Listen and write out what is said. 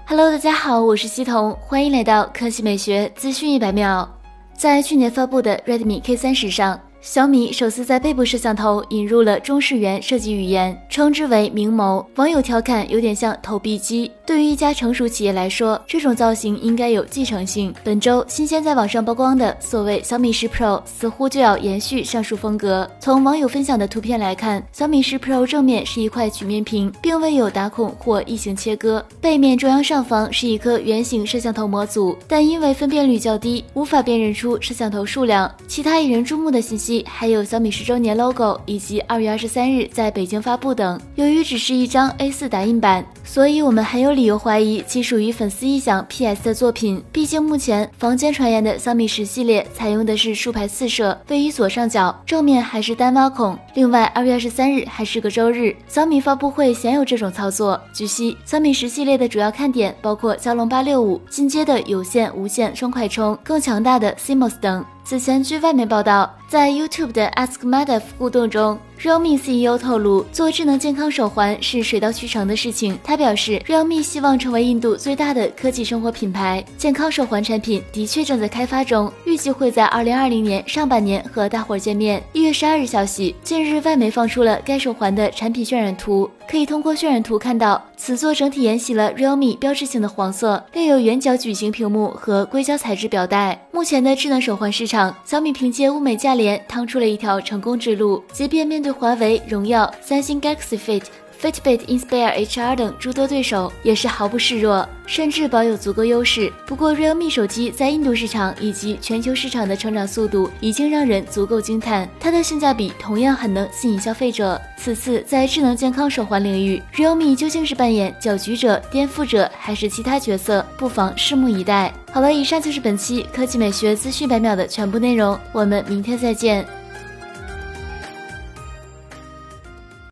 Hello， 大家好，我是西彤，欢迎来到科技美学资讯100秒。在去年发布的 Redmi K30上，小米首次在背部摄像头引入了中视源设计语言，称之为明眸。网友调侃有点像投币机。对于一家成熟企业来说，这种造型应该有继承性。本周新鲜在网上曝光的所谓小米10 Pro 似乎就要延续上述风格。从网友分享的图片来看，小米10 Pro 正面是一块曲面屏，并未有打孔或异形切割，背面中央上方是一颗圆形摄像头模组，但因为分辨率较低，无法辨认出摄像头数量。其他引人注目的信息还有小米10周年 logo 以及2月23日在北京发布等。由于只是一张 A4 打印版，所以我们很有理由怀疑其属于粉丝臆想 PS 的作品。毕竟目前坊间传言的小米10系列采用的是竖排四摄，位于左上角，正面还是单挖孔。另外2月23日还是个周日，小米发布会鲜有这种操作。据悉，小米10系列的主要看点包括骁龙865、进阶的有线、无线双快充、更强大的 CMOS 等。此前据外媒报道，在 YouTube 的 Ask Madaf 互动中，Realme CEO 透露，做智能健康手环是水到渠成的事情。他表示 ，Realme 希望成为印度最大的科技生活品牌，健康手环产品的确正在开发中，预计会在2020年上半年和大伙见面。1月12日消息，近日外媒放出了该手环的产品渲染图，可以通过渲染图看到，此作整体沿袭了 Realme 标志性的黄色，另有圆角矩形屏幕和硅胶材质表带。目前的智能手环市场，小米凭借物美价廉趟出了一条成功之路，即便面对华为、荣耀、三星 Galaxy Fit、Fitbit Inspire HR 等诸多对手，也是毫不示弱，甚至保有足够优势。不过 Realme 手机在印度市场以及全球市场的成长速度已经让人足够惊叹，它的性价比同样很能吸引消费者。此次在智能健康手环领域， Realme 究竟是扮演搅局者、颠覆者还是其他角色，不妨拭目以待。好了，以上就是本期科技美学资讯100秒的全部内容，我们明天再见。